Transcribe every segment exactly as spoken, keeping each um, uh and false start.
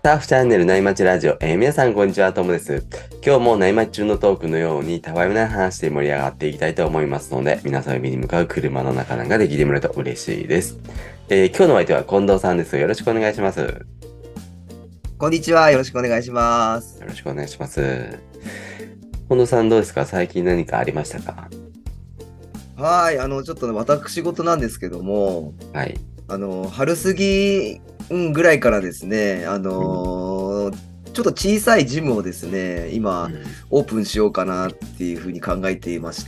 ターフチャンネル内町ラジオ、えー皆さんこんにちは、ともです。今日も内町中のトークのようにたわいもない話で盛り上がっていきたいと思いますので、皆さん海に向かう車の中なんかで聞いてもらえると嬉しいです。えー今日のお相手は近藤さんです。よろしくお願いします。よこんにちは。よろしくお願いします。 ろしくお願いします。近藤さんどうですか？最近何かありましたか？ はい。あの、ちょっとね私事なんですけども、 はい。 あの、春過ぎ、うん、ぐらいからですね、あうん。 のーちょっと小さいジムをですね、今、 うん。 オープンしようかなっていうふうに考えていまして、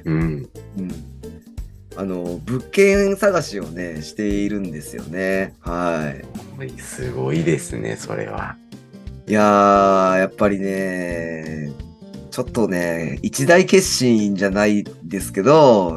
うん。 うん。あの、物件探しをね、しているんですよね。はい。 すごいですね、それは。 いやー、やっぱりね、ちょっとね、一大決心じゃないですけど、 うん。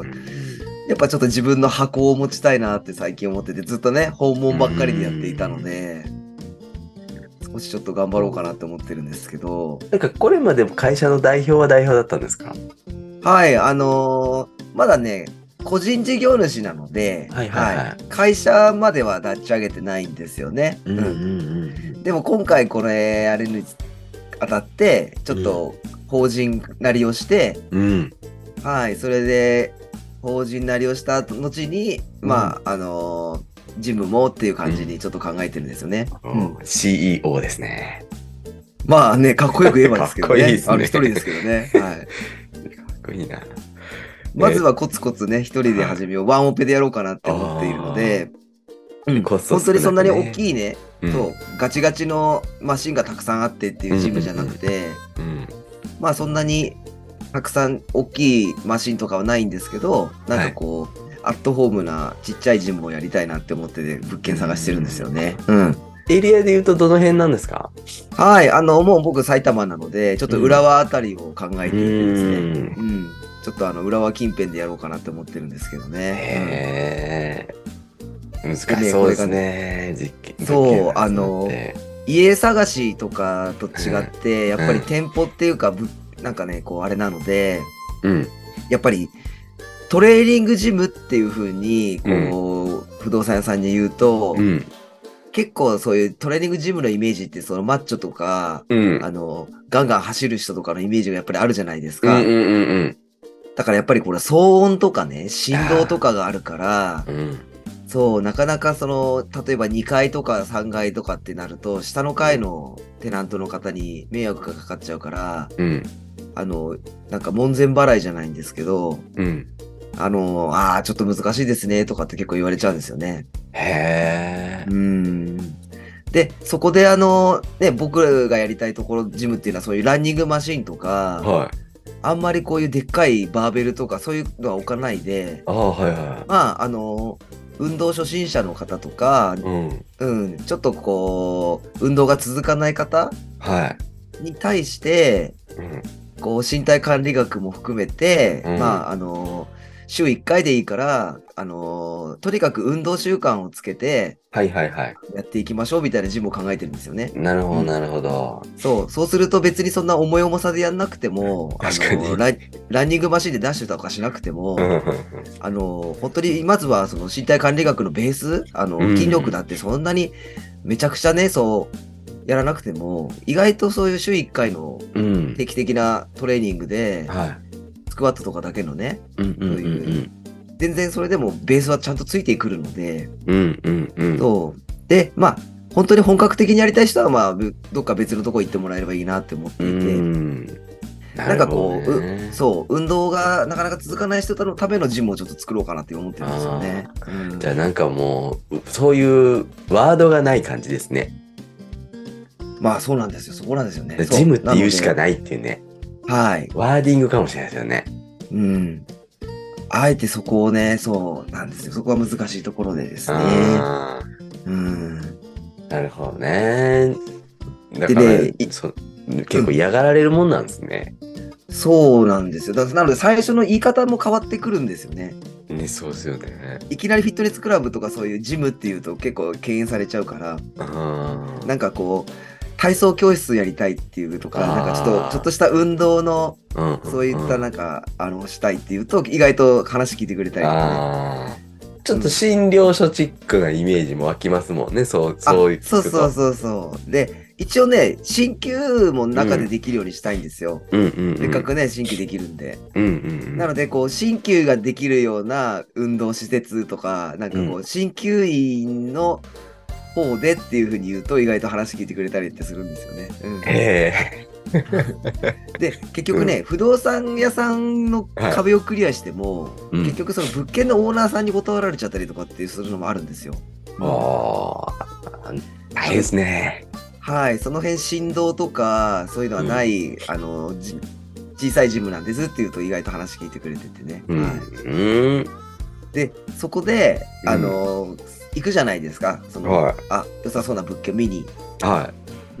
やっぱちょっと自分の箱を持ちたいなって最近思ってて、ずっとね、訪う問ばっかりでやっていたのん。 で、少しちょっと頑張ろうかなって思ってるんですけど、 なんかこれまでも会社の代表は代表だったんですか？ はい、あのーまだね、個人事業主なので、 はいはいはい、 はい。 会社までは立ち上げてないんですよね。 うんううん。 んでも今回これ、あれに当たって、ちょうんうん。 っと法人なりをして、 うん。 はい、それで、法人なりをした後後に、 うん。 まあ、あのージムもっていう感じうん。 にちょっと考えてるんですよね。うおん。 シーイーオー ですね。 まあね、かっこよく言えばでかっすけどね。 こいいですあの、一ね。 人ですけどね。はい。 かっこいいな。 まずえ、 はコツコツね、一人ではい。 始めよう。ワンオペでやろうかなって思っているのあで、うあ、 ん。 コスト本当に少なそんなに大くね。 きいね、 うん。 そう、ガチガチのマシンがたくさんあってっていうんうんうジムじゃなくて、 うん。うん。 まあそんなにたくさん大きいマシンとかはないんですけど、なんはい。 かこう、アットホームなちっちゃいジムをやりたいなって思ってて物うー件探してるんですよん。 ね。うん。 エリアで言うとどの辺なんですか？ はい。あの、もう僕埼玉なので、ちょっと浦うん。 和あたりを考うえていてですね。 ーん。 うん。ちょっとあの、浦和近辺でやろうかなって思ってるんですけどね。うん。 へえ。難しでね、 そうですこれがね、 ね。実験、物件そう、あ探すのっの、 て。 家探しとかとうん。 違って、やっぱりうん。 店舗っていうか、ぶなんかね、こう、あれなので、 うん。 やっぱりトレーニングジムっていう風に、 うん。 こう、不動産屋さんに言うと、 うん。 結構そういうトレーニングジムのイメージって、そのマッチョとか、 うん。 あの、ガンガン走る人とかのイメージがやっぱりあるじゃないですうんうんか。 うんうん。 だからやっぱりこれ騒音とかね、振動とあかがあるから、 あ。うん。 そう、なかなかその、例えばにかいとかさんがいとかってなると、下のうん。 階のテナントの方に迷惑がかかっちゃうから、 うん。 あの、なんか門前払いじゃないんですけど、 うん。 あの、ああ、ちょっと難しいですね、とかって結構言われちゃうんですよね。 へうーえ。 ん。で、そこであの、ね、僕がやりたいところ、ジムっていうのはそういうランニングマシンとか、 はい。 あんまりこういうでっかいバーベルとかそういうのは置かないで、 ああ、はいはまあ、あの、運動初心者の方とか、 い。うん。 うん、ちょっとこう、運動が続かない方はい。 に対して、 うん。 こう、身体管理学も含めて、 うん。 まあ、あの、週いっかいでいいから、あの、とにかく運動習慣をつけてはいはいはい。 やっていきましょうみたいなジムを考えてるんですよね。 なるほど、 うん。 なるほど。 そう、そうすると別にそんな重い重さでやんなくても、あの、 確かに。 ラン、ランニングマシンでダッシュとかしなくても、 うん。 あの、本当に、まずはその身体管理学のベース、あうの、筋力ん。 だってそんなにめちゃくちゃね、そう、やらなくても、意外とそういう週いっかいのうん。 定期的なトレーニングで、 はい。 スクワットとかだけのね、 うんうんそういう、 うん全然それでもベースはちゃんとついてくるので、 うん。うんうんうん。 そう。で、まあ、本当に本格的にやりたい人は、まあ、ぶどっか別のとこ行ってもらえればいいなって思っうーていて、 ん。ななんるほどかこう、う、 ね。 そう、運動がなかなか続かない人のためのジムをちょっと作ろうかなって思ってるんですよあね。うあ。じゃあん。 なんかもう、そういうワードがない感じですね。 まあそうなんですよ。そこなんですよね。 ジムっそう。 て言うしかなので、 ないっていうね。 はい。 ワーディングかもしれないですよね。 うん。あえてそこをね、そうなんですよ。そこは難しいところでですね。 あうん。 あ。なるほどね。だから、 でね、いそ、 うん。 結構嫌がられるもんなんですね。 そうなんですよ。だなので最初の言い方も変わってくるんですよね。 ね、そうですよね。 いきなりフィットネスクラブとかそういうジムっていうと結構敬遠されちゃうから、 あなんかこう、体操教室やりたいっていうとか、なんかちょっと、ちょっあ。あとした運動の、 あ。うんそういったうんうん。 なんか、あの、したいっていうと、意外と話聞いてくれたりとかね。 ああ。ちょっとうん。 診療所チックなイメージも湧きますもんね。そう、 あ、 そうそう聞くと。 そうそうそう。で、 一応ね、鍼灸も中でできるようにしたいんですよ。 うんうんうん。 せっかくね、鍼灸できるんで。 うんうんうん。 なので、こう、鍼灸ができるような運動施設とか、なんかこう、鍼灸院の方でっていうふうに言うと、意外と話聞いてくれたりってするんですよね。うん、 へで、結局ね、うん、不動産屋さんの壁をクリアしても、はい、結局その物件のオーナーさんに断られちゃったりとかってするのもあるんですよ。 うん、ああ、大変ですね。 はい、その辺振動とかそういうのはない、うん、あの小さいジムなんですって言うと意外と話聞いてくれててね。うん、はい、うんでそこであの、うん、行くじゃないですか。その、はい、あ良さそうな物件見に。 はい。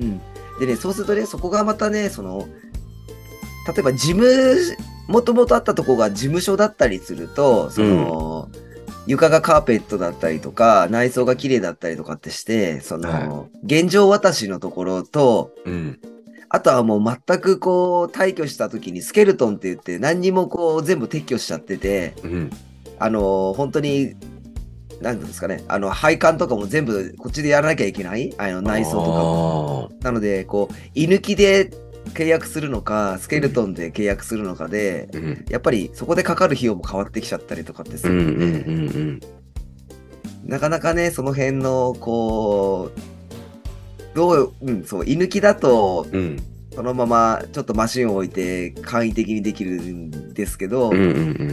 うん。でね、そうするとね、そこがまたね、その例えば事務もともとあったとこが事務所だったりすると、その、うん床がカーペットだったりとか、内装が綺麗だったりとかってして、その、はい、現状渡しのところと、うん、あとはもう全くこう、退去した時にスケルトンって言って何にもこう、全部撤去しちゃってて、うん、あの、本当に、なんですかね、あの、配管とかも全部こっちでやらなきゃいけない、あの内装とかも。なので、こう、居抜きで、契約するのかスケルトンで契約するのかで、うん、やっぱりそこでかかる費用も変わってきちゃったりとかってするんで、うんうんうんうん、なかなかねその辺のこうどう、うん、そう居抜きだと、うん、そのままちょっとマシンを置いて簡易的にできるんですけど、うんうんうん、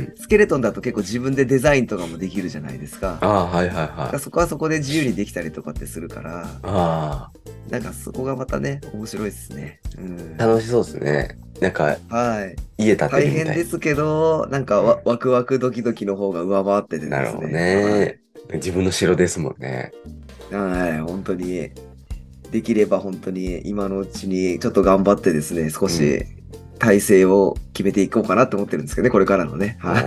スケルトンだと結構自分でデザインとかもできるじゃないですか。 あ、はいはいはい、 そこはそこで自由にできたりとかってするから、 あなんかそこがまたね面白いですね、うん、 楽しそうですね。なんか、 はい、 家建てるみたい。 大変ですけどなんかワ、うん、ワクワクドキドキの方が上回っててですね。 なるほどね、はい、自分の城ですもんね。 はい、本当にできれば本当に今のうちにちょっと頑張ってですね少し体制を決めていこうかなって思ってるんですけどね、これからのね。 はい、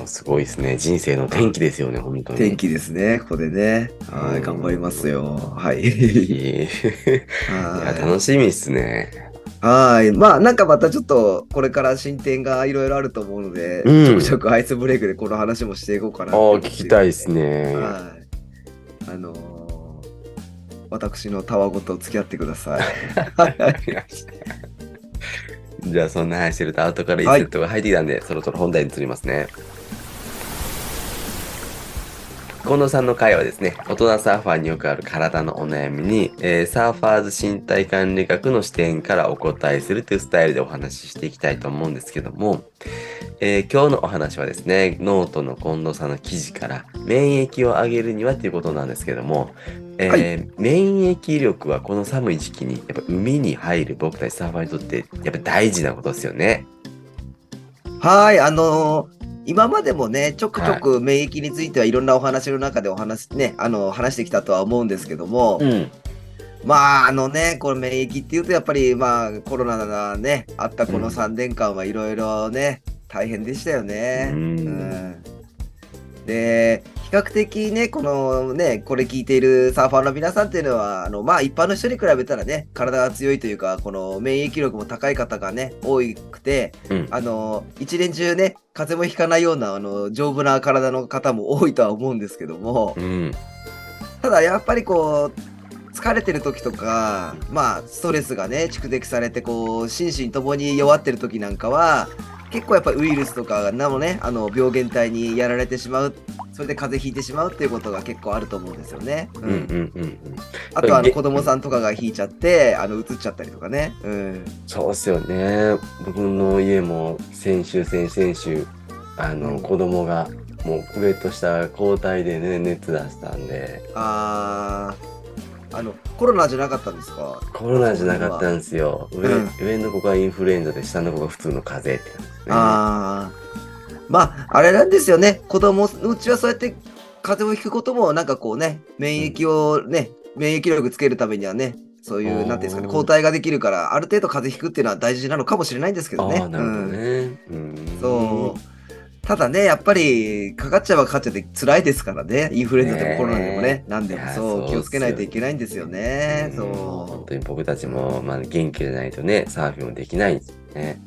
すごいですね。人生の転機ですよね、本当に。 転機ですね、ここでね。はい、頑張りますよ。はい。いや、楽しみっすね。 はい。まあ、なんかまたちょっと、これから進展がいろいろあると思うので、うん、ちょくちょくアイスブレイクでこの話もしていこうかな、ね。 ああ、聞きたいですね。 はい。あのー、私のたわごと付き合ってください。 じゃあそんな話してると後からいいセットが入ってきたんで、はい、そろそろ本題に移りますね。近藤さんの回はですね、大人サーファーによくある体のお悩みに、えー、サーファーズ身体管理学の視点からお答えするというスタイルでお話ししていきたいと思うんですけども、えー、今日のお話はですね、ノートの近藤さんの記事から免疫を上げるにはということなんですけども、えーはい、免疫力はこの寒い時期にやっぱ海に入る僕たちサーファーにとってやっぱ大事なことですよね。 はい、あのー今までもね、ちょくちょく免疫についてはいろんなお話の中でお話、ね、あの話してきたとは思うんですけども、うん、まああのね、この免疫っていうとやっぱりまあコロナがね、あったこのさんねんかんはいろいろね、大変でしたよね。うん、うんで、比較的ね、このね、これ聞いているサーファーの皆さんっていうのは、あの、まあ一般の人に比べたらね、体が強いというか、この免疫力も高い方がね、多くて、うん、あの、一年中ね、風邪もひかないような、あの、丈夫な体の方も多いとは思うんですけども、うん、ただやっぱりこう、疲れてる時とか、まあ、ストレスがね、蓄積されて、こう、心身ともに弱ってる時なんかは、結構やっぱりウイルスとかのね、あの病原体にやられてしまう、それで風邪ひいてしまうっていうことが結構あると思うんですよね。うんうんうんうん。あとはあの子供さんとかがひいちゃってあのうつっちゃったりとかね。うん。 そうっすよね。僕の家も先週先々週あの、うん、子供がもう上と下交代でね熱出したんで。 ああ。あのコロナじゃなかったんですか？ コロナじゃなかったんですよ。上、うん、上の子がインフルエンザで下の子が普通の風邪って感じですね。 ああ、まああれなんですよね。子供のうちはそうやって風邪をひくこともなんかこうね免疫をね、うん、免疫力つけるためにはねそういうなんていうんですかね抗体ができるからある程度風邪ひくっていうのは大事なのかもしれないんですけどね。 あ、なるほどね。うん、 そう。ただね、やっぱりかかっちゃえばかかっちゃって辛いですからね。インフルエンザでもコロナでもね、なんでもそう気をつけないといけないんですよね。そう。 本当に僕たちもまあ元気じゃないとね、サーフィンもできないんですよね。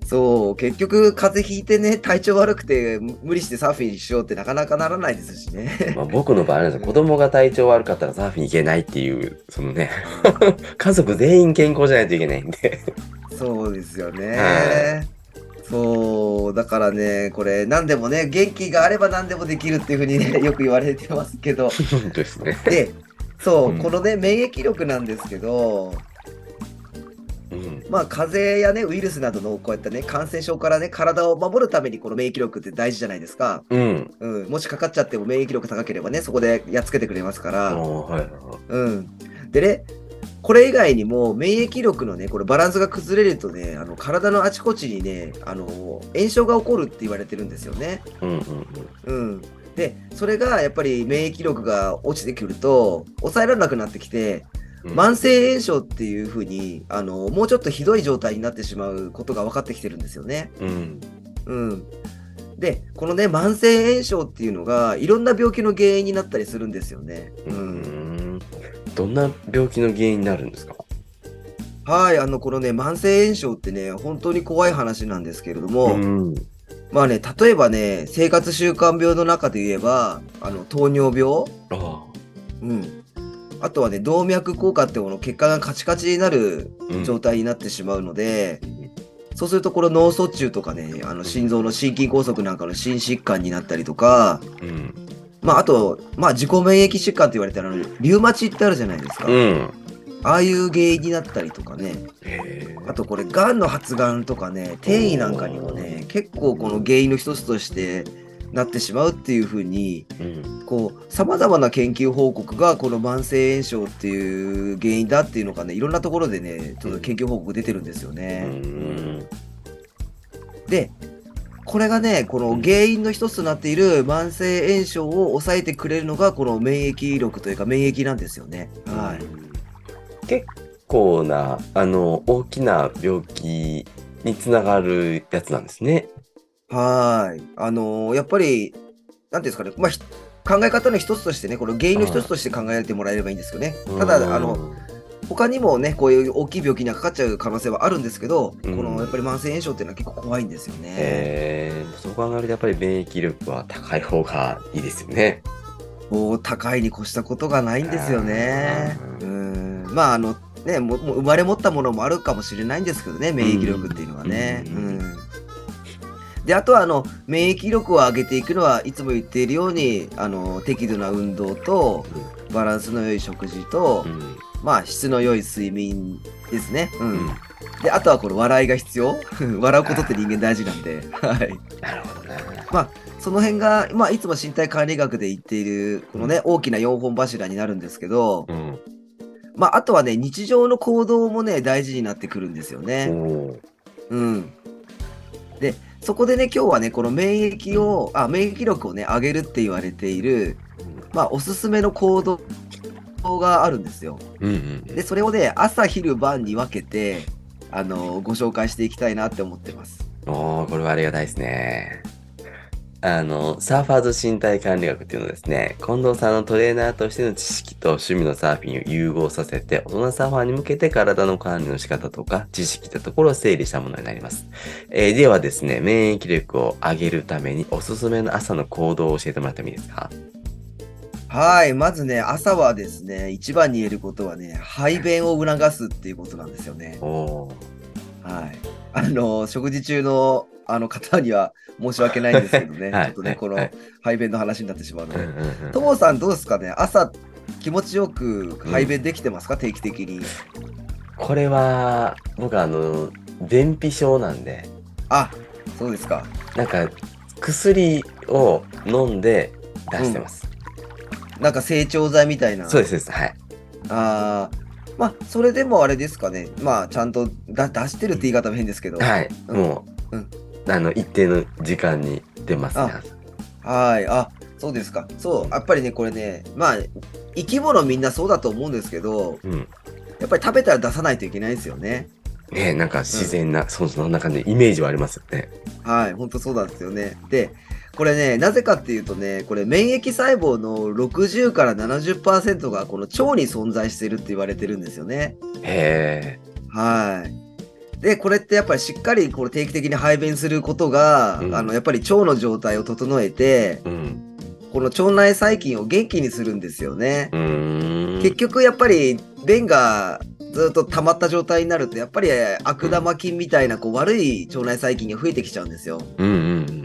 そう、結局風邪ひいてね、体調悪くて無理してサーフィンしようってなかなかならないですしね。 まあ、僕の場合は、子供が体調悪かったらサーフィン行けないっていう、そのね、家族全員健康じゃないといけないんで。 そうですよはね。そう、だからね、これ何でもね、元気があれば何でもできるっていうふうにね、よく言われてますけど。 そうですね。 で、そうう、 ん。 このね、免疫力なんですけど、 うん。 まあ、風邪やね、ウイルスなどのこういったね、感染症からね、体を守るためにこの免疫力って大事じゃないですか。 うん。 うん、もしかかっちゃっても免疫力高ければね、そこでやっつけてくれますかあら。 あ、はいはいはい。 うん。でね、これ以外にも免疫力のね、これバランスが崩れるとね、あの体のあちこちにね、あの炎症が起こるって言われてるんですよね。 うんうんうん。 うん。で、それがやっぱり免疫力が落ちてくると、抑えられなくなってきて、 うん。 慢性炎症っていう風に、あの、もうちょっとひどい状態になってしまうことが分かってきてるんですよね。 うん。 うん。で、このね、慢性炎症っていうのが、いろんな病気の原因になったりするんですよね。 ううん。 ん。どんな病気の原因になるんですか？ はい、あの、このね、慢性炎症ってね、本当に怖い話なんですけれどうも、 ん。 まあね、例えばね、生活習慣病の中で言えば、あの、糖尿病、 ああ。 うん。あとはね、動脈硬化ってもの血管がカチカチになる状うん。 態になってしまうので、 うんそうするとこれ脳卒中とかね、あの心臓の心筋梗塞なんかの心疾患になったりとか、 うん。 まああと、まあ自己免疫疾患って言われたら、リウマチってあるじゃないですか。 うん。 ああいう原因になったりとかね。 へえ。 あとこれ、がんの発がんとかね、転移なんかにもね、結構この原因の一つとしてなってしまうっていうふうに、 うん。 こう、様々な研究報告がこの慢性炎症っていう原因だっていうのがね、いろんなところでね、ちょっと研究報告出てるんですようね。うん。 ん。 で、これがね、このうん。 原因の一つとなっている慢性炎症を抑えてくれるのが、この免疫力というか免疫なんですよね。 うはい。 ん。結構な、あの、大きな病気につながるやつなんですね。 はい。あの、やっぱり、なんていうんですかね、まあ、ひ考え方の一つとしてね、この原因の一つはとして考えてもらえればいいんですよね。 い。うただ、あの、 ん。 他にもね、こういう大きい病気にはかかっちゃう可能性はあるんですけど、 うこのやっぱりん。 慢性炎症っていうのは結構怖いんですよね。 ええ、そう考えるとやっぱり免疫力は高い方がいいですよね。 もう高いに越したことがないんですよね。うああ。 ん。まあ、あの、ね、ももう生まれ持ったものもあるかもしれないんですけどね、 う免疫力っていうのはん。うね。うん。 ん。で、あとはあの、免疫力を上げていくのはいつも言っているように、あの、適度な運動と、バランスの良い食事と、 うん。 まあ、質の良い睡眠ですね。ううん。 ん。で、あとはこの笑いが必要。笑うことって人間あ大事なんで、はい。 あ、なるほどな。 まあ、その辺が、まあ、いつも身体管理学で言っている、こうん。 のね、大きなよんほん柱になるんですけど、 うん。 まあ、あとはね、日常の行動もね、大事になってくるんですよおね。 お。 うん。で、そこでね、今日はね、この免疫うん。 を、あ、免疫力をね、上げるって言われている、 うん。 まあ、おすすめの行動があるんですよ。 うんうんうで、 ん。 それをね、朝、昼、晩に分けて、あの、ご紹介していきたいなって思ってます。 おお、これはありがたいですね。あの、サーファーズ身体管理学っていうのはですね、近藤さんのトレーナーとしての知識と趣味のサーフィンを融合させて、大人サーファーに向けて体の管理の仕方とか知識ってところを整理したものになります。えーではですね、免疫力を上げるためにおすすめの朝の行動を教えてもらってもいいですか？ はい。まずね、朝はですね、一番に言えることはね、排便を促すっていうことなんですよね。 おー。 はい。あの、食事中の、あの方には申し訳ないんですけどね、 はい、 ちょっとね、 はい、 このはい。 排便の話になってしまうので。 うんうんうんうん。 ともさんどうですかね、朝気持ちよくうん。 排便できてますか、定期的に。 これは、僕あの、便秘症なんで、 あ、そうですか。 なんか、薬を飲んで出うん。 してます。 なんか成長剤みたいな。 そうです、そうです。はい。 ああ、まあ、それでもあれですかね。まあ、ちゃんとだ出してるっうん。 て言い方も変ですけど。 はい。 うん。 もうん。 う、あの、一定の時間に出ますね、 あ、 朝。 はい。あ、そうですか。そう、 うん。 やっぱりね、これね、まあ、生き物みんなそうだと思うんですけど、 うん。 やっぱり食べたら出さないといけないですよね。 ねえ、なんかうん。 自然な、そう、そんな感じでイメージはありますよね。 はい、ほんとそうなんですよね。で、これね、なぜかっていうとね、これ免疫細胞のろくじゅうからななじゅっパーセントがこの腸に存在しているって言われてるんですよね。 へえ。 はい。 で、これってやっぱりしっかりこれ定期的に排便することが、うん、あのやっぱり腸の状態を整えて、うん、この腸内細菌を元気にするんですよね。うーん、結局やっぱり便がずっと溜まった状態になるとやっぱり悪玉菌みたいなこう悪い腸内細菌が増えてきちゃうんですよ。うんうんうん、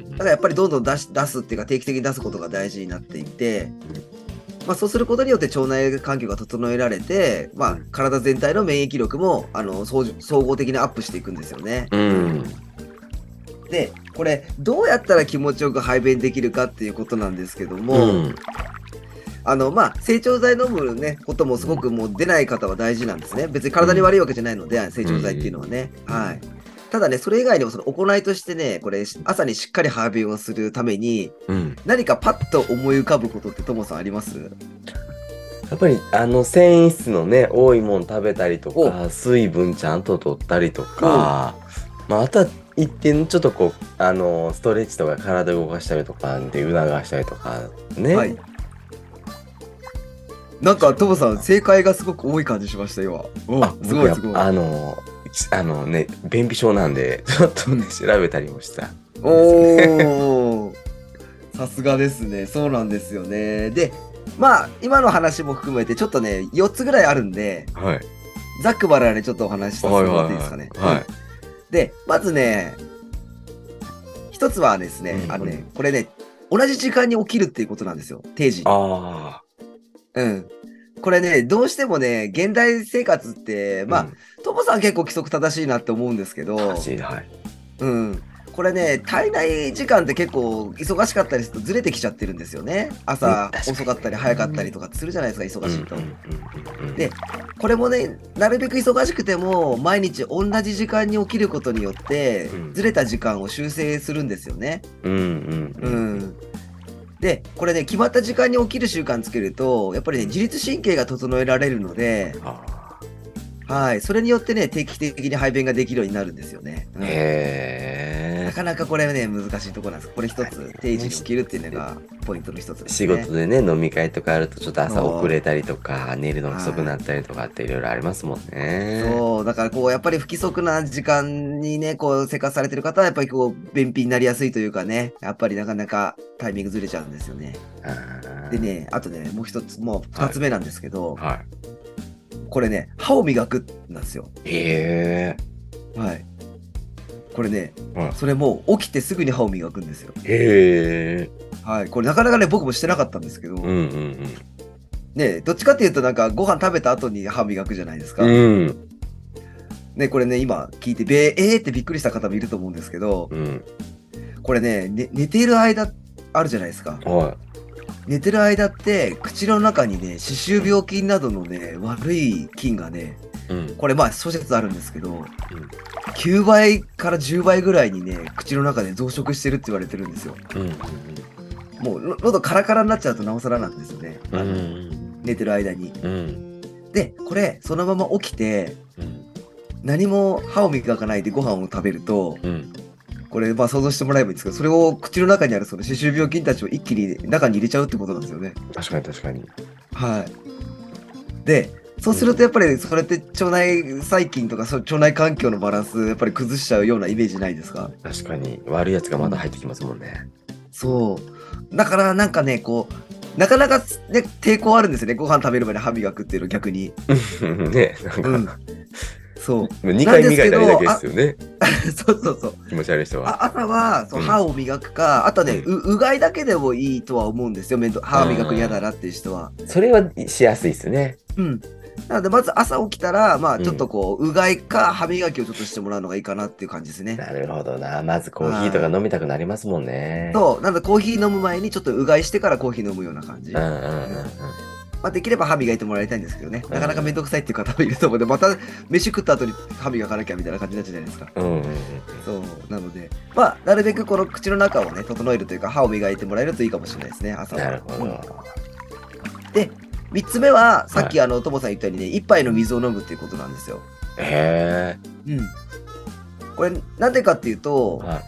だからやっぱりどんどん出し出すっていうか定期的に出すことが大事になっていて、うん、まあ、そうすることによって腸内環境が整えられて、まあ、体全体の免疫力もあの総合的にアップしていくんですよね。うん、でこれどうやったら気持ちよく排便できるかっていうことなんですけども、うん、あのまあ整腸剤飲むねこともすごくもう出ない方は大事なんですね。別に体に悪いわけじゃないので、うん、整腸剤っていうのはね、うん、はい。ただね、それ以外にもその行いとしてね、これ朝にしっかり排便をするために、うん、何かパッと思い浮かぶことってともさんあります？ やっぱりあの繊維質のね多いもの食べたりとか、水分ちゃんと取ったりとか、まあ、あとは一点ちょっとこうあのストレッチとか体動かしたりとかで促したりとかね、はい、 なんかともさん正解がすごく多い感じしましたよ。 あ、すごいすごい。あのあのね便秘症なんでちょっとね調べたりもした。 おーさすがですね。そうなんですよね。でまあ今の話も含めてちょっとねよっつぐらいあるんで、はい、ざっくばらんにちょっとお話しさせてもらっていいですかね。はい、はい、でまずね一つはですね、うんうん、あのねこれね同じ時間に起きるっていうことなんですよ。定時。ああ。うん。これねどうしてもね現代生活ってまあとも、うん、さん結構規則正しいなって思うんですけど。 正しい、はい。 うん。これね体内時間って結構忙しかったりするとずれてきちゃってるんですよね。朝遅かったり早かったりとかするじゃないですか忙しいと。でこれもねなるべく忙しくても毎日同じ時間に起きることによってずれた時間を修正するんですよね。うんうんうん、うん、でこれね決まった時間に起きる習慣つけるとやっぱりね自律神経が整えられるので、はい、それによってね定期的に排便ができるようになるんですよね。うん、へー、なかなかこれはね難しいところなんです。これ一つ定時に起きるっていうのがポイントの一つですね。 仕事でね飲み会とかあるとちょっと朝遅れたりとか寝るの遅くなったりとかっていろいろありますもんね。 そうだからこうやっぱり不規則な時間にねこう生活されてる方はやっぱりこう便秘になりやすいというかねやっぱりなかなかタイミングずれちゃうんですよね。でねあとねもう一つもう二つ目なんですけど、はいはい、これね歯を磨くなんですよ。へえ。はい。これね、はい、それも起きてすぐに歯を磨くんですよ。へえ。はい。これなかなかね僕もしてなかったんですけど、うんうんうん、ねどっちかっていうとなんかご飯食べた後に歯磨くじゃないですか。うん、ねこれね今聞いてべえーってびっくりした方もいると思うんですけど、うん、これねね寝ている間あるじゃないですか。はい。寝てる間って口の中にね歯周病菌などのね悪い菌がね、うん、これまあ諸説あるんですけど、うん、きゅうばいからじゅうばいぐらいにね口の中で増殖してるって言われてるんですよ。うんうんうん、もう喉カラカラになっちゃうとなおさらなんですよね。あの、うん、寝てる間に、うん、でこれそのまま起きて、うん、何も歯を磨かないでご飯を食べると、うん、これまあ想像してもらえばいいんですけどそれを口の中にあるその歯周病菌たちを一気に中に入れちゃうってことなんですよね。 確かに確かに。 はい。でそうするとやっぱりそれって腸内細菌とかそ腸内環境のバランスやっぱり崩しちゃうようなイメージないですか？ 確かに悪いやつがまだ入ってきますもんね。 そうだからなんかねこうなかなか、ね、抵抗あるんですよねご飯食べる前に歯磨くっていうの逆にねなんか、うん、そうにかい磨いたりだけですよね。 そうそうそう気持ち悪い人は朝はそう、うん、歯を磨くかあとね、うん、う, うがいだけでもいいとは思うんですよ。歯磨く嫌だなっていう人はそれはしやすいですね。 うんなのでまず朝起きたらまあちょっとこう、うん、うがいか歯磨きをちょっとしてもらうのがいいかなっていう感じですね。 なるほどな。まずコーヒーとか飲みたくなりますもんね。 そうなのでコーヒー飲む前にちょっとうがいしてからコーヒー飲むような感じ。うんうんうんうん、まあ、できれば歯磨いてもらいたいんですけどね、なかなかめんどくさいっていう方もいると思うのでまた飯食った後に歯磨かなきゃみたいな感じになっちゃうじゃないですか。うんうんうん、そうなのでまあなるべくこの口の中をね整えるというか歯を磨いてもらえるといいかもしれないですね朝は。なるほど、うん、でみっつめはさっきあのともさん言ったようにね一杯の水を飲むっていうことなんですよ。へえ。うん。これなんでかっていうと、はい、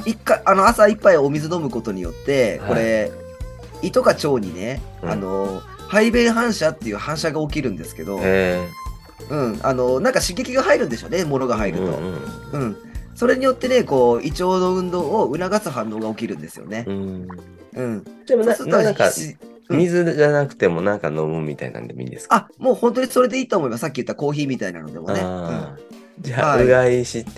一回あの朝一杯お水飲むことによってこれ、はい、胃とか腸にね、うん、あの排便反射っていう反射が起きるんですけど、 うん、あの、なんか刺激が入るんでしょうね、ものが入ると。 うんうんうん。それによってね、こう、胃腸の運動を促す反応が起きるんですよね。 うんうん。 でもな、 そうすると、 なんか、 しうん水じゃなくてもなんか飲むみたいなんでもいいんですか？ あ、もう本当にそれでいいと思います。さっき言ったコーヒーみたいなのでもね。 ああ。じうん。 ゃあ、 はい。 うがいして、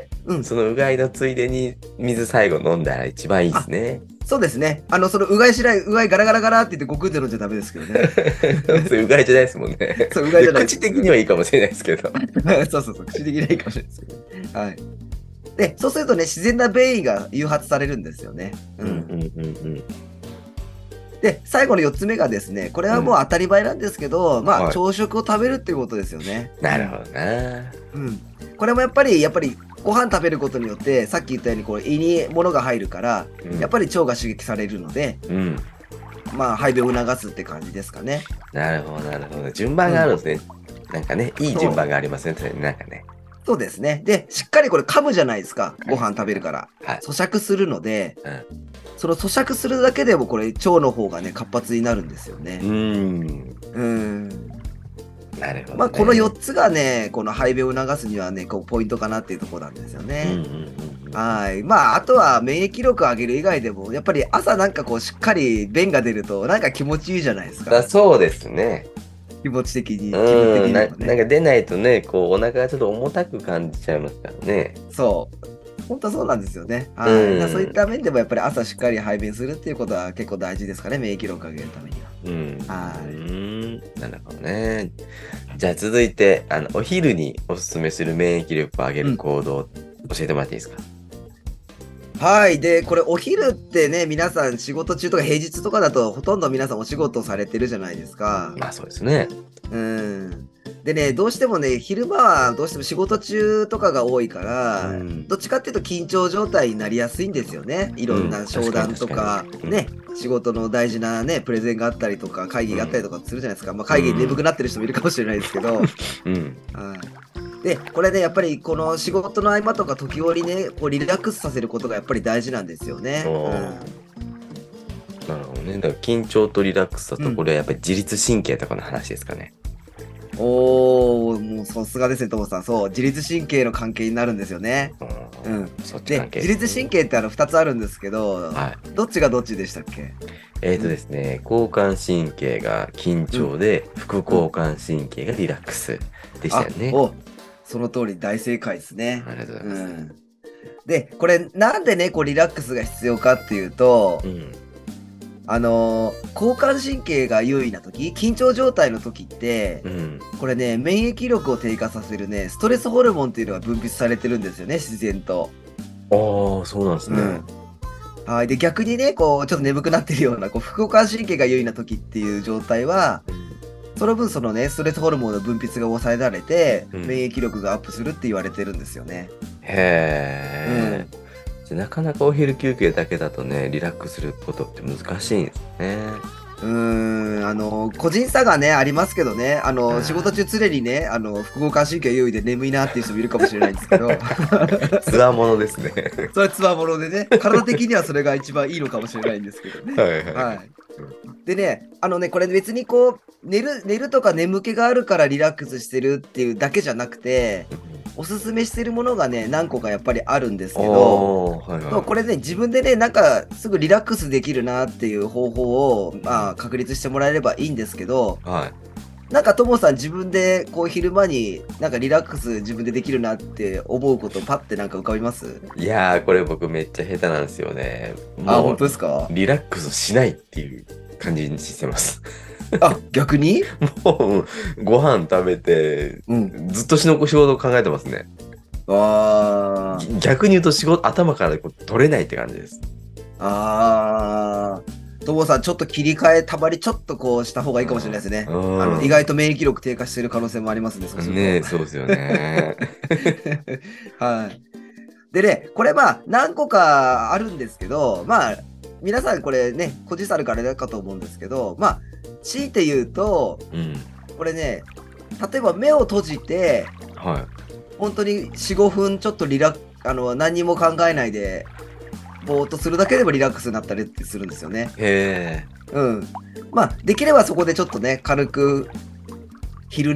うん。 そのうがいのついでに水最後飲んだら一番いいですあ、 ね。 そうですね。あの、そのうがいしない、うがいガラガラガラって言ってごくんで飲んじゃダメですけどね。 それうがいじゃないですもんね。 そう、うがいじゃないです。 口的にはいいかもしれないですけど。 そうそうそう、口できないかもしれないですけどね。はい。で、そうするとね、自然な便意が誘発されるんですよね。う。 うんんうんうんで、最後のよっつめがですね、これはもう当たり前なんですけど、まあ、 はい朝食を食べるっていうことですよね。 なるほどな。 うん。これもやっぱり、やっぱり、ご飯食べることによって、さっき言ったように、こう、胃に物が入るから、 うんやっぱり腸が刺激されるので、 うん。 まあ、排便を促すって感じですかね。 なるほどなるほど。順番があるんですね。なんかね、いい順番がありますね。なんかね。 そうですね。で、しっかりこれ噛むじゃないですか。ご飯食べるから。 はい。 咀嚼するので、 うんその咀嚼するだけでもこれ腸の方がね、活発になるんですよね。 うーん。 うん。 なるほど、ね。 まあ、このよっつがね、この排便を促すにはね、こうポイントかなっていうところなんですよね。 うんうんうんうん。 はい。まあ、あとは免疫力を上げる以外でも、やっぱり朝なんかこうしっかり便が出ると、なんか気持ちいいじゃないですか。 だそうですね。 気持ち的に、気分的うんな。 にもね。 なんか出ないとね、こうお腹がちょっと重たく感じちゃいますからね。 そう。本当そうなんですよね。はい。 うんだからそういった面でもやっぱり朝しっかり排便するっていうことは結構大事ですかね、免疫力を上げるためには。 うん。 はいうんなるほどね。じゃあ続いて、あの、お昼におすすめする免疫力を上げる行動、教えてもらっていいですか？ はい。で、これお昼ってね、皆さん仕事中とか平日とかだとほとんど皆さんお仕事されてるじゃないですか。 まあそうですね。 うん。でね、どうしてもね、昼間はどうしても仕事中とかが多いから、 うんどっちかっていうと緊張状態になりやすいんですよね。いろんな商談とか、 うん確かに確かにね、仕事の大事なね、プレゼンがあったりとか、会議があったりとかするじゃないですか。まあ会議で眠くなってる人もいるかもしれないですけど。 うん。 はい。で、これね、やっぱりこの仕事の合間とか時折ね、こうリラックスさせることがやっぱり大事なんですよね。 おーうんなるほどね。だから緊張とリラックスだと、 うんこれはやっぱり自律神経とかの話ですかね。 おー、もうさすがですね、ともさん。そう、自律神経の関係になるんですよね。 う。 うんん。 そっちで関、係自律神経ってあのふたつあるんですけど、 はい。 どっちがどっちでしたっけ？ えーとですね、交感神経が緊張で、副交感神経がリラックスでしたよね。 あ、お、その通り大正解ですね。 ありがとうございます。 うん。で、これなんでね、こうリラックスが必要かっていうと、 うん。 あのー交感神経が優位な時、緊張状態の時って、 うん。 これね、免疫力を低下させるね、ストレスホルモンっていうのが分泌されてるんですよね、自然と。 ああ、そうなんですね。 うん。はい。で、逆にね、こう、ちょっと眠くなってるような、こう、副交感神経が優位な時っていう状態は、その分そのね、ストレスホルモンの分泌が抑えられて、 うん免疫力がアップするって言われてるんですよね。 へえ。じゃあなかなかお昼休憩だけだとね、リラックスすることって難しいんですね。 うーん、あの、個人差がね、ありますけどね、あうの、 ん仕事中常にね、あの、副交感神経優位で眠いなっていう人もいるかもしれないんですけど、 つわものですね。 それはつわものでね、体的にはそれが一番いいのかもしれないんですけどね。 はいはい。 はい。でね、あのね、これ別にこう、寝る、寝るとか眠気があるからリラックスしてるっていうだけじゃなくて、おすすめしてるものがね、何個かやっぱりあるんですけど、 おーはいはい。 そうこれね、自分でね、なんかすぐリラックスできるなっていう方法を、まあ、確立してもらえればいいんですけど、 はい。 なんかともさん自分でこう昼間になんかリラックス自分でできるなって思うことパッてなんか浮かびます？ いやー、これ僕めっちゃ下手なんですよね。 あ、 もう本当ですか？ リラックスしないっていう感じにしてます。 あ、逆に？ もう、ご飯食べて、 うん。 ずっとしのこ仕事を考えてますね。 あー。 逆に言うと仕事、頭からこう取れないって感じです。 あー。ともさん、ちょっと切り替え、たまにちょっとこうした方がいいかもしれないですね。 うんあの意外と免疫力低下している可能性もありますね、そうするとねえ、そうですよね。 はい。でね、これまあ何個かあるんですけど、まあ皆さんこれね、個人差あるからあれだかと思うんですけど、まあ強いて言うと、 うん。 これね、例えば目を閉じて、 は本当によん、ごふんちょっとリラッあの何にも考えないで、ぼーっとするだけでもリラックスになったりってするんですよね。 い。へえ。 うん。まあできればそこでちょっとね、軽く昼寝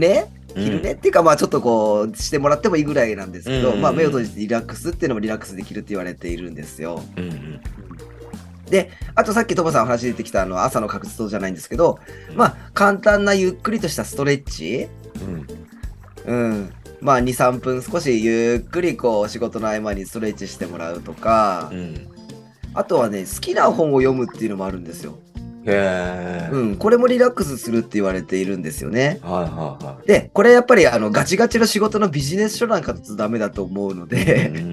昼寝っていうか、まあちょっとこうしてもらってもいいぐらいなんですけど、 うんまあ目を閉じてリラックスっていうのもリラックスできるって言われているんですよ。 うんうん。 で、あとさっきトモさんお話出てきたあの朝の活動じゃないんですけど、まあ簡単なゆっくりとしたストレッチ、うん、うん、まあに、さんぷん少しゆっくりこう仕事の合間にストレッチしてもらうとか、うん、あとはね、好きな本を読むっていうのもあるんですよ。へうん、これもリラックスするって言われているんですよね。はいはいはい。で、これやっぱりあのガチガチの仕事のビジネス書なんかだとダメだと思うので、うん、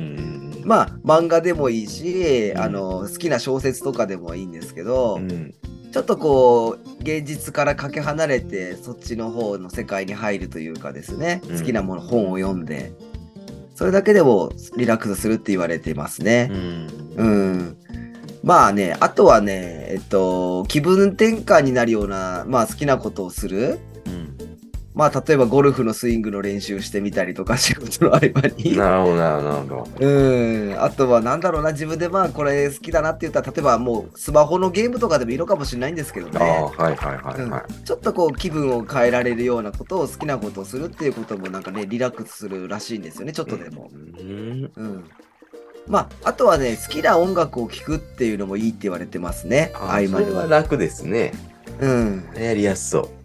まあ漫画でもいいし、うん、あの好きな小説とかでもいいんですけど、うん、ちょっとこう現実からかけ離れてそっちの方の世界に入るというかですね、うん、好きなもの本を読んでそれだけでもリラックスするって言われていますね。うん、うんまあね、あとはね、えっと、気分転換になるような、まあ好きなことをする。うん、まあ例えばゴルフのスイングの練習してみたりとか、仕事の合間に。なるほど、なるほど。うん。あとはなんだろうな、自分でまあこれ好きだなって言ったら、例えばもうスマホのゲームとかでもいいのかもしれないんですけどね。ああ、はいはいはいはい、うん。ちょっとこう気分を変えられるようなことを好きなことをするっていうこともなんかね、リラックスするらしいんですよね、ちょっとでも。うん。うんまあ、あとはね、好きな音楽を聴くっていうのもいいって言われてますね。合間に。それは楽ですね。うん。やりやすそう。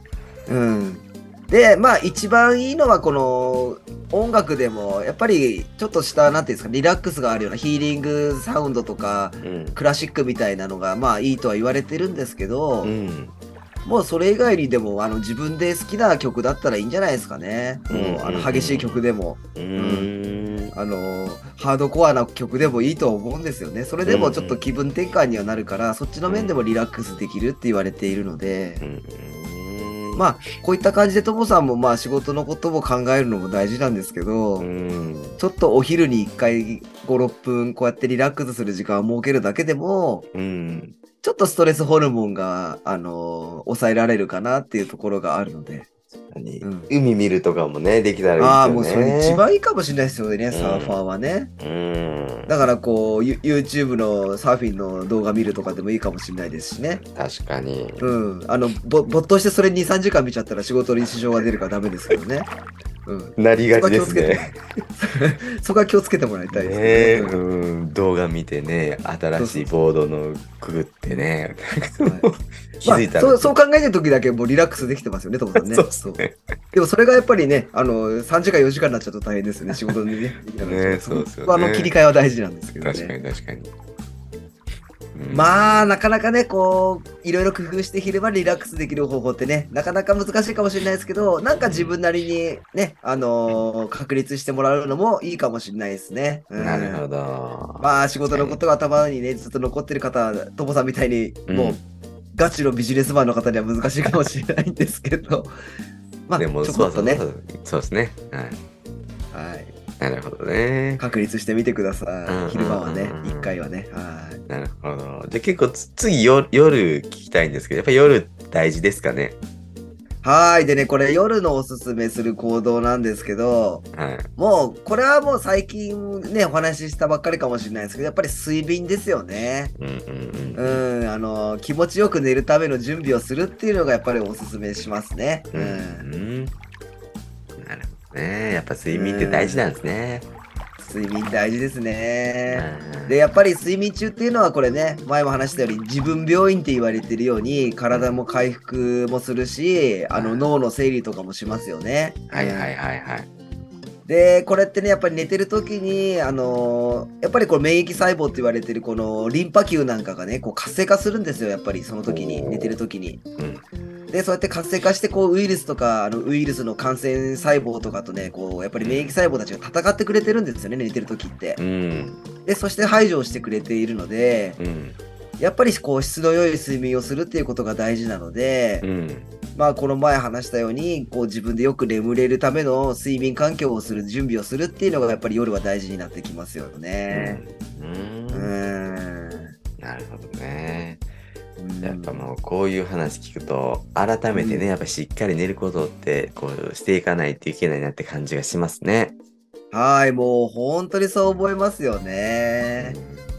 うん。で、まあ、一番いいのは、この音楽でも、やっぱりちょっとした、なんていうんですか、リラックスがあるようなヒーリングサウンドとか、うん、クラシックみたいなのが、まあいいとは言われてるんですけど、うん、もうそれ以外にでも、あの自分で好きな曲だったらいいんじゃないですかね。うん、もうあの激しい曲でも。うん、うんあのハードコアな曲でもいいと思うんですよね。それでもちょっと気分転換にはなるから、うん、そっちの面でもリラックスできるって言われているので、うん、まあこういった感じでともさんもまあ仕事のことも考えるのも大事なんですけど、うん、ちょっとお昼にいっかいご、ろっぷんこうやってリラックスする時間を設けるだけでも、うんちょっとストレスホルモンが、あのー、抑えられるかなっていうところがあるので。うん、海見るとかもね、できたらいいですよね。ああ、もうそれ一番いいかもしれないですよね、うん、サーファーはね。うん。だからこう、YouTube のサーフィンの動画見るとかでもいいかもしれないですしね。確かに。うん。あの、ぼ没頭してそれに、さんじかん見ちゃったら仕事に支障が出るからダメですけどね。うん、なりがちですね。そこは気をつけてもらいたいですね。ねうん、動画見てね、新しいボードのくぐってね。気づいたら、まあ、そう、そう考えてる時だけもうリラックスできてますよね、ともさんね。そうそう。でもそれがやっぱりね、あのさんじかんよじかんになっちゃうと大変ですね、仕事にね。ねそうですよね。あの切り替えは大事なんですけどね。確かに確かに。まあなかなかねこういろいろ工夫して昼間リラックスできる方法ってねなかなか難しいかもしれないですけどなんか自分なりにねあのー、確立してもらうのもいいかもしれないですね。うん、なるほど。まあ仕事のことが頭にねずっと残ってる方ともさんみたいにもう、うん、ガチのビジネスマンの方には難しいかもしれないんですけどまあでもちょこっとねそうですねはい、はいなるほどね。確立してみてください。昼間はね、いっかいはね。はい。なるほど。じゃあ結構次夜、夜聞きたいんですけど、やっぱり夜大事ですかね。はい。でね、これ夜のおすすめする行動なんですけど、はい、もう、これはもう最近ね、お話ししたばっかりかもしれないですけど、やっぱり睡眠ですよね。うんうんうん。うん、あの、気持ちよく寝るための準備をするっていうのがやっぱりおすすめしますね。うん。うん、なるほど。ねやっぱ睡眠って大事なんですね。睡眠大事ですね。で、やっぱり睡眠中っていうのはこれね、前も話したように自分病院って言われてるように体も回復もするし、あの脳の整理とかもしますよね。はいはいはいはい。で、これってね、やっぱり寝てる時に、あのー、やっぱりこれ免疫細胞って言われてるこのリンパ球なんかがね、こう活性化するんですよ、やっぱりその時に、寝てる時に。うんで、そうやって活性化して、こう、ウイルスとか、あの、ウイルスの感染細胞とかとね、こう、やっぱり免疫細胞たちが戦ってくれてるんですよね、寝てる時って。うん、で、そして排除をしてくれているので、うん、やっぱり、こう、質の良い睡眠をするっていうことが大事なので、うん、まあ、この前話したように、こう、自分でよく眠れるための睡眠環境をする、準備をするっていうのが、やっぱり夜は大事になってきますよね。うん。うん。なるほどね。やっぱもうこういう話聞くと改めてね、うん、やっぱしっかり寝ることってこうしていかないといけないなって感じがしますね。はいもう本当にそう思いますよね。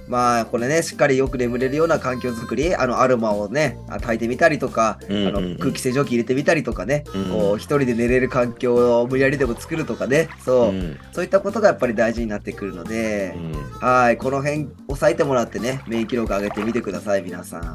まあこれねしっかりよく眠れるような環境づくり、あのアロマをね焚いてみたりとか、うんうんうん、あの空気清浄機入れてみたりとかね、うんうん、こう一人で寝れる環境を無理やりでも作るとかね、そう、うん、そういったことがやっぱり大事になってくるので、うん、はい、この辺押さえてもらってね免疫力上げてみてください皆さん。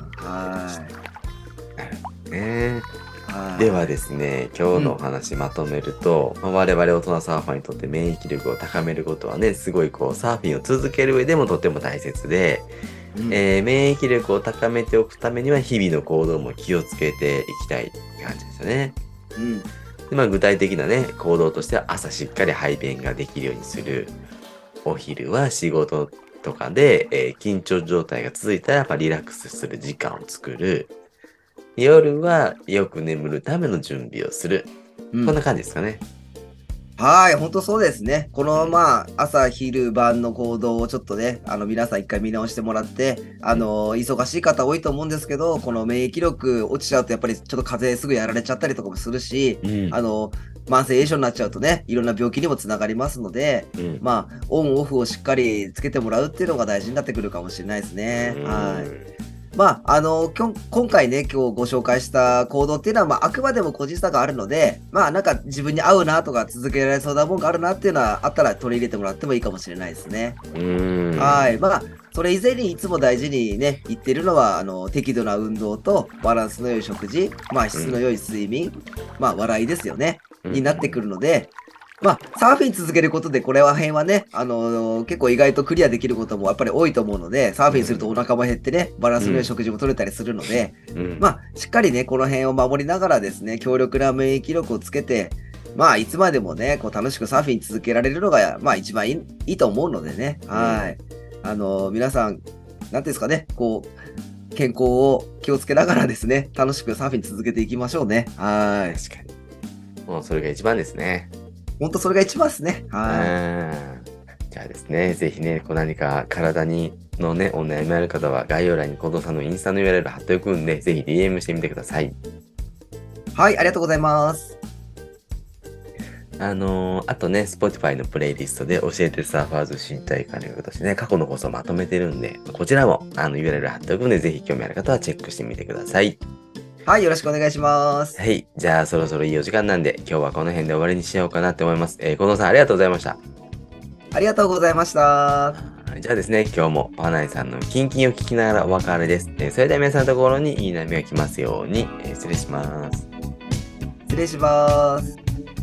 はいね。ではですね、今日のお話まとめると、うん、まあ、我々大人サーファーにとって免疫力を高めることはね、すごいこうサーフィンを続ける上でもとても大切で、うん、えー、免疫力を高めておくためには日々の行動も気をつけていきたいって感じですよね。うん、でまあ、具体的なね、行動としては朝しっかり排便ができるようにする。お昼は仕事とかで、えー、緊張状態が続いたらやっぱリラックスする時間を作る。夜はよく眠るための準備をする。うん、こんな感じですかね。 はい、本当そうですね。このまあ朝昼晩の行動をちょっとね、あの皆さん一回見直してもらって、あの忙しい方多いと思うんですけど、この免疫力落ちちゃうとやっぱりちょっと風邪すぐやられちゃったりとかもするし、うん、あの慢性炎症になっちゃうとね、いろんな病気にもつながりますので、うん、まあオンオフをしっかりつけてもらうっていうのが大事になってくるかもしれないですね。はい。まあ、あの、きょ今回ね、今日ご紹介した行動っていうのは、まあ、あくまでも個人差があるので、まあ、なんか自分に合うなとか続けられそうなもんがあるなっていうのはあったら取り入れてもらってもいいかもしれないですね。はい。まあ、それ以前にいつも大事にね、言ってるのは、あの、適度な運動とバランスの良い食事、まあ、質の良い睡眠、まあ、笑いですよね、になってくるので、まあ、サーフィン続けることで、これは辺はね、あのー、結構意外とクリアできることもやっぱり多いと思うので、サーフィンするとお腹も減ってね、バランスの良い食事も取れたりするので、うん、まあ、しっかりね、この辺を守りながらですね、強力な免疫力をつけて、まあ、いつまでもね、こう楽しくサーフィン続けられるのが、まあ、一番いい、いいと思うのでね、はい。あのー、皆さん、なんていうんですかね、こう、健康を気をつけながらですね、楽しくサーフィン続けていきましょうね。はい。 確かに。もうそれが一番ですね。 本当それが一番ですね。はい。じゃあですね、ぜひね、こう何か体にのね、お悩みある方は概要欄に近藤さんのインスタの ユーアールエル 貼っておくんで、ぜひ ディーエム してみてください。 はい、ありがとうございます。 あのー、あとね、Spotify のプレイリストで教えてサーファーズ身体管理学としてね、過去の放送をまとめてるんで、こちらもあの ユーアールエル 貼っておくんで、ぜひ興味ある方はチェックしてみてください。 はい、よろしくお願いします。 はい。じゃあ、そろそろいいお時間なんで、今日はこの辺で終わりにしようかなって思います。えー、近藤さん、ありがとうございました。 ありがとうございました。 じゃあですね、今日もパナイさんのキンキンを聞きながらお別れです。えー、それでは皆さんのところにいい波が来ますように、えー、失礼します。 失礼します。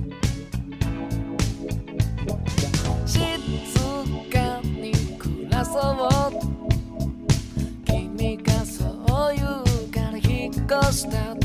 静かに暮らそう。君がそう言うから引っ越した